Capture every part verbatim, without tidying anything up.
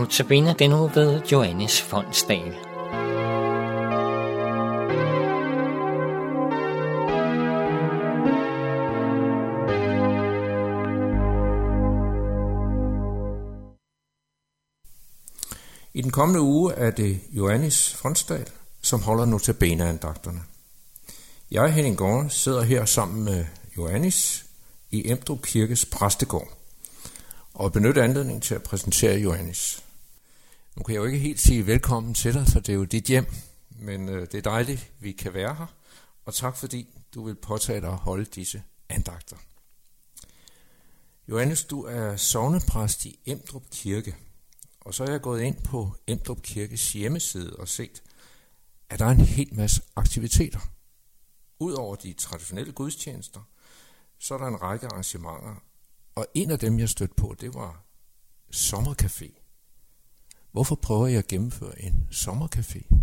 Notabene den uge ved Johannes Fonsdal. I den kommende uge er det Johannes Fonsdal, som holder notabene-andagterne. Jeg, Henning Gård, sidder her sammen med Johannes i Emdrup Kirkes præstegård og benytter anledningen til at præsentere Johannes. Nu kan jeg jo ikke helt sige velkommen til dig, for det er jo dit hjem, men øh, det er dejligt, vi kan være her, og tak fordi du vil påtage dig at holde disse andagter. Johannes, du er sognepræst i Emdrup Kirke, og så er jeg gået ind på Emdrup Kirkes hjemmeside og set, at der er en hel masse aktiviteter. Udover de traditionelle gudstjenester, så er der en række arrangementer, og en af dem, jeg stødte på, det var sommercafé. Hvorfor prøver jeg at gennemføre en sommercafé?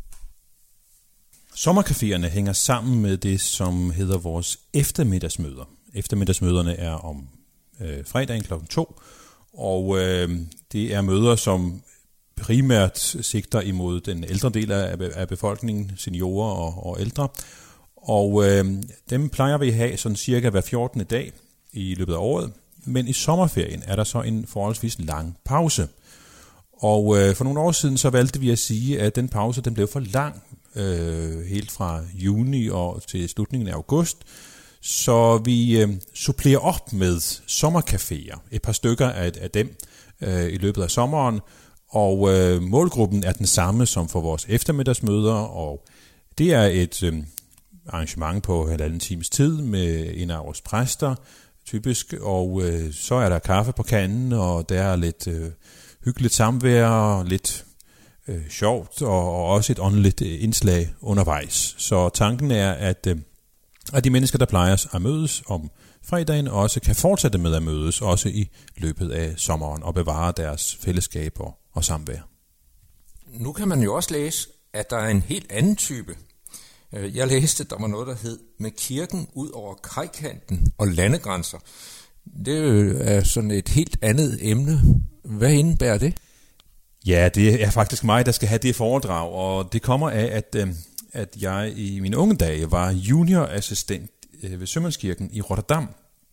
Sommercaféerne hænger sammen med det, som hedder vores eftermiddagsmøder. Eftermiddagsmøderne er om øh, fredagen klokken to, og øh, det er møder, som primært sigter imod den ældre del af, af befolkningen, seniorer og, og ældre. Og øh, dem plejer vi at have sådan cirka hver fjortende dag i løbet af året. Men i sommerferien er der så en forholdsvis lang pause. Og øh, for nogle år siden så valgte vi at sige, at den pause den blev for lang, øh, helt fra juni og til slutningen af august. Så vi øh, supplerer op med sommercaféer, et par stykker af, af dem øh, i løbet af sommeren. Og øh, målgruppen er den samme som for vores eftermiddagsmøder, og det er et øh, arrangement på halvanden times tid med en af vores præster, typisk, og øh, så er der kaffe på kanden, og der er lidt øh, hyggeligt samvær, lidt øh, sjovt, og, og også et åndeligt indslag undervejs. Så tanken er, at, øh, at de mennesker, der plejer at mødes om fredagen, også kan fortsætte med at mødes, også i løbet af sommeren, og bevare deres fællesskab og, og samvær. Nu kan man jo også læse, at der er en helt anden type. Jeg læste, der var noget, der hed med kirken ud over krejkanten og landegrænser. Det er sådan et helt andet emne. Hvad indebærer det? Ja, det er faktisk mig, der skal have det foredrag, og det kommer af, at, at jeg i mine unge dage var juniorassistent ved Sømandskirken i Rotterdam.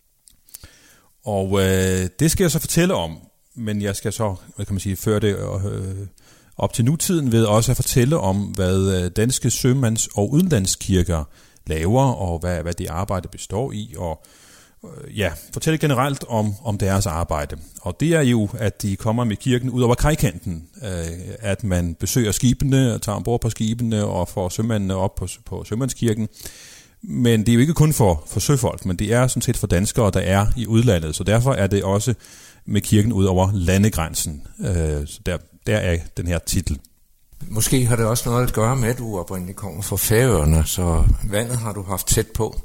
Og øh, det skal jeg så fortælle om, men jeg skal så, hvad kan man sige, føre det øh, op til nutiden ved også at fortælle om, hvad danske sømands- og udenlandskirker laver, og hvad, hvad det arbejde består i, og øh, ja, fortælle generelt om, om deres arbejde. Og det er jo, at de kommer med kirken ud over kajkanten, øh, at man besøger skibene, og tager ombord på skibene, og får sømændene op på, på Sømandskirken. Men det er jo ikke kun for, for søfolk, men det er sådan set for danskere, der er i udlandet, så derfor er det også med kirken ud over landegrænsen. Øh, så der, der er den her titel. Måske har det også noget at gøre med, at du oprindeligt kommer fra Færøerne, så vandet har du haft tæt på.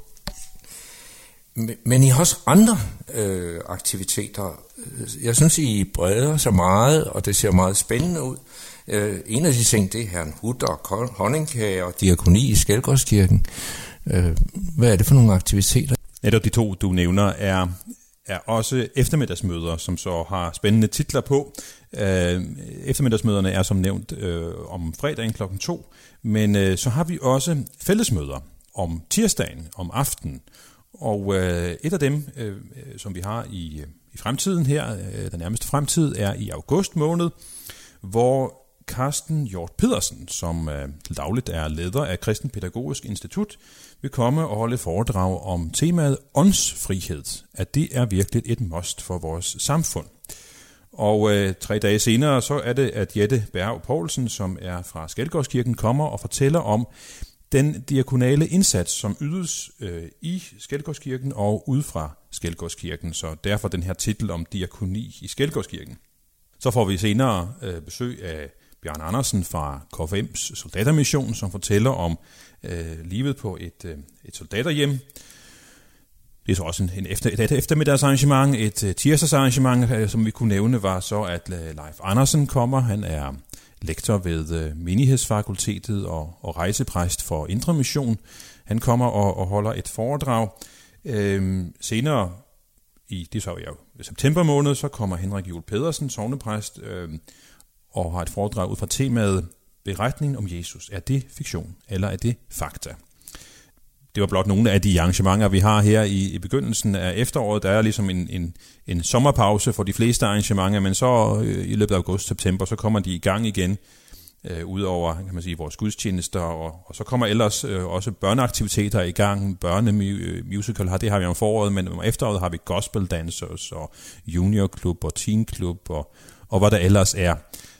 Men I har også andre øh, aktiviteter. Jeg synes, I breder så meget, og det ser meget spændende ud. Øh, en af de ting, det er herrnhut og honningkage og diakoni i Skelgårdskirken. Øh, hvad er det for nogle aktiviteter? Netop de to, du nævner, er, er også eftermiddagsmøder, som så har spændende titler på. Øh, eftermiddagsmøderne er som nævnt øh, om fredagen klokken to, men øh, så har vi også fællesmøder om tirsdagen, om aftenen. Og øh, et af dem, øh, som vi har i, i fremtiden her, øh, den nærmeste fremtid, er i august måned, hvor Carsten Hjort Pedersen, som øh, til dagligt er leder af Kristen Pædagogisk Institut, vil komme og holde foredrag om temaet åndsfrihed, at det er virkelig et must for vores samfund. Og øh, tre dage senere, så er det, at Jette Berg Poulsen, som er fra Skelgårdskirken, kommer og fortæller om den diakonale indsats, som ydes øh, i Skelgårdskirken og ud fra Skelgårdskirken. Så derfor den her titel om diakoni i Skelgårdskirken. Så får vi senere øh, besøg af Bjørn Andersen fra K F M's soldatermission, som fortæller om øh, livet på et, øh, et soldaterhjem. Det er så også en, en efter, et eftermiddagsarrangement, et uh, tirsdagsarrangement, uh, som vi kunne nævne, var så, at uh, Leif Andersen kommer. Han er lektor ved uh, menighedsfakultetet og, og rejsepræst for Indre Mission. Han kommer og, og holder et foredrag. Uh, senere, i det så er jo september måned, så kommer Henrik Juel Pedersen, sognepræst, uh, og har et foredrag ud fra temaet beretningen om Jesus. Er det fiktion, eller er det fakta? Det var blot nogle af de arrangementer, vi har her i, i begyndelsen af efteråret. Der er ligesom en, en, en sommerpause for de fleste arrangementer, men så øh, i løbet af august-september, så kommer de i gang igen, øh, ud over, kan man sige, vores gudstjenester, og, og så kommer ellers øh, også børneaktiviteter i gang. Børnemusical har det har vi om foråret, men om efteråret har vi gospel dancers og juniorklub og teenklub og, og hvad der ellers er.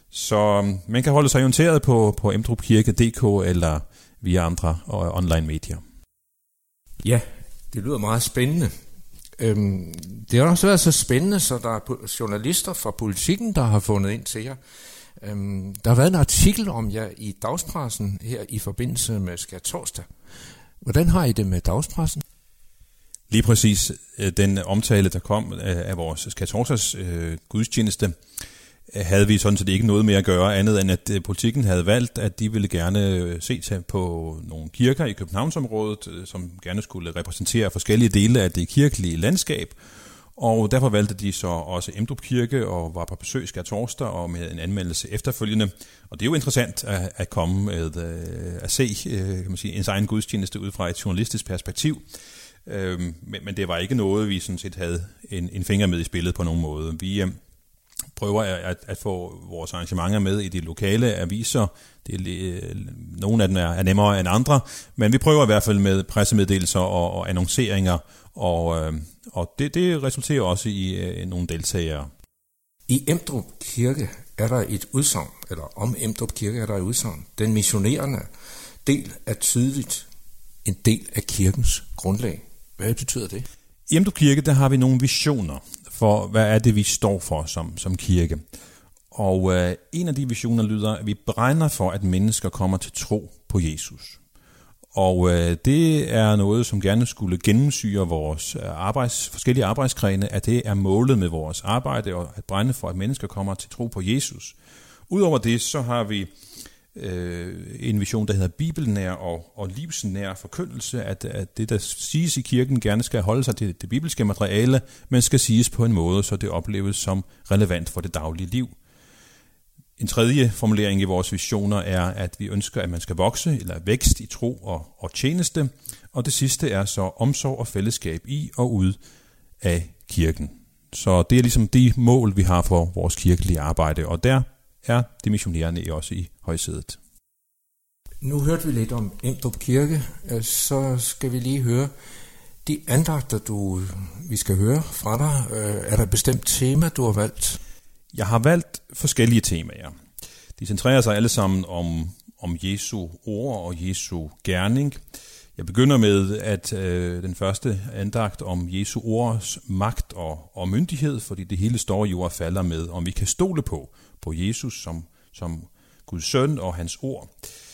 Så man kan holde sig orienteret på, på emdrupkirke punktum d k eller via andre online medier. Ja, det lyder meget spændende. Øhm, det har også været så spændende, så der er journalister fra Politikken, der har fundet ind til jer. Øhm, der har været en artikel om jer i dagspressen her i forbindelse med skærtorsdag. Hvordan har I det med dagspressen? Lige præcis den omtale, der kom af vores skærtorsdags øh, gudstjeneste, havde vi sådan set ikke noget med at gøre, andet end at Politikken havde valgt, at de ville gerne se på nogle kirker i Københavnsområdet, som gerne skulle repræsentere forskellige dele af det kirkelige landskab. Og derfor valgte de så også Emdrup Kirke og var på besøg skærtorsdag og med en anmeldelse efterfølgende. Og det er jo interessant at, at komme med at se, kan man sige, ens egen gudstjeneste ud fra et journalistisk perspektiv. Men, men det var ikke noget, vi sådan set havde en, en finger med i spillet på nogen måde. Vi prøver at, at få vores arrangementer med i de lokale aviser. Det er, nogle af dem er, er nemmere end andre, men vi prøver i hvert fald med pressemeddelelser og, og annonceringer, og, og det, det resulterer også i øh, nogle deltagere. I Emdrup Kirke er der et udsagn, eller om Emdrup Kirke er der et udsagn. Den missionerende del er tydeligt en del af kirkens grundlag. Hvad betyder det? I Emdrup Kirke, der har vi nogle visioner for, hvad er det, vi står for som, som kirke. Og øh, en af de visioner lyder, at vi brænder for, at mennesker kommer til tro på Jesus. Og øh, det er noget, som gerne skulle gennemsyre vores arbejds, forskellige arbejdsgrene, at det er målet med vores arbejde, og at brænde for, at mennesker kommer til tro på Jesus. Udover det, så har vi øh, en vision, der hedder bibelnær og, og livsnær forkyndelse, at, at det, der siges i kirken, gerne skal holde sig til det bibelske materiale, men skal siges på en måde, så det opleves som relevant for det daglige liv. En tredje formulering i vores visioner er, at vi ønsker, at man skal vokse eller vækst i tro og, og tjeneste. Og det sidste er så omsorg og fællesskab i og ud af kirken. Så det er ligesom de mål, vi har for vores kirkelige arbejde, og der er de missionerende også i højsædet. Nu hørte vi lidt om Emdrup Kirke, så skal vi lige høre de andagter, du, vi skal høre fra dig. Er der et bestemt tema, du har valgt? Jeg har valgt forskellige temaer. De centrerer sig alle sammen om, om Jesu ord og Jesu gerning. Jeg begynder med at øh, den første andagt om Jesu ords magt og, og myndighed, fordi det hele står jo og falder med, om vi kan stole på, på Jesus som, som Guds søn og hans ord.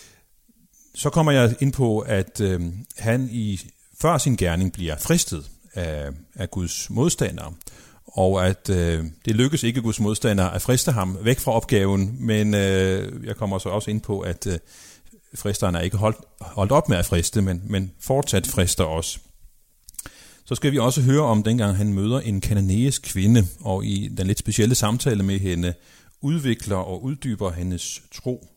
Så kommer jeg ind på, at øh, han i før sin gerning bliver fristet af, af Guds modstandere, og at øh, det lykkes ikke Guds modstandere at friste ham væk fra opgaven, men øh, jeg kommer så også ind på, at øh, fristeren er ikke holdt, holdt op med at friste, men, men fortsat frister os. Så skal vi også høre om dengang han møder en kananæisk kvinde, og i den lidt specielle samtale med hende udvikler og uddyber hendes tro.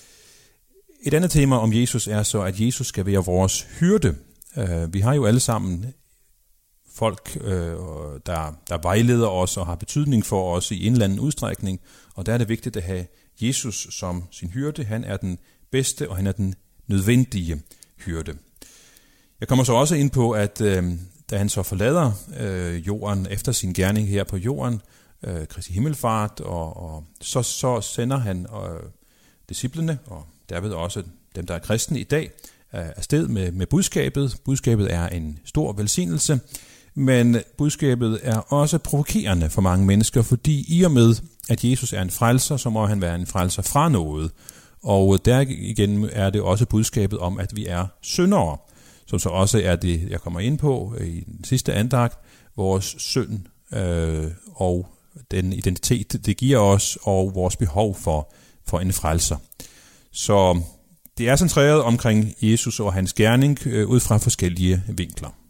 Et andet tema om Jesus er så, at Jesus skal være vores hyrde. Uh, vi har jo alle sammen folk, uh, der, der vejleder os og har betydning for os i en eller anden udstrækning, og der er det vigtigt at have Jesus som sin hyrde. Han er den bedste, og han er den nødvendige hyrde. Jeg kommer så også ind på, at uh, da han så forlader uh, jorden efter sin gerning her på jorden, uh, Kristi himmelfart, og, og så, så sender han uh, disciplene, og derved også dem, der er kristne i dag, afsted med, med budskabet. Budskabet er en stor velsignelse, men budskabet er også provokerende for mange mennesker, fordi i og med, at Jesus er en frelser, så må han være en frelser fra noget. Og der igen er det også budskabet om, at vi er syndere, som så også er det, jeg kommer ind på i den sidste andagt, vores synd øh, og den identitet, det giver os, og vores behov for, for en frelser. Så det er centreret omkring Jesus og hans gerning øh, ud fra forskellige vinkler.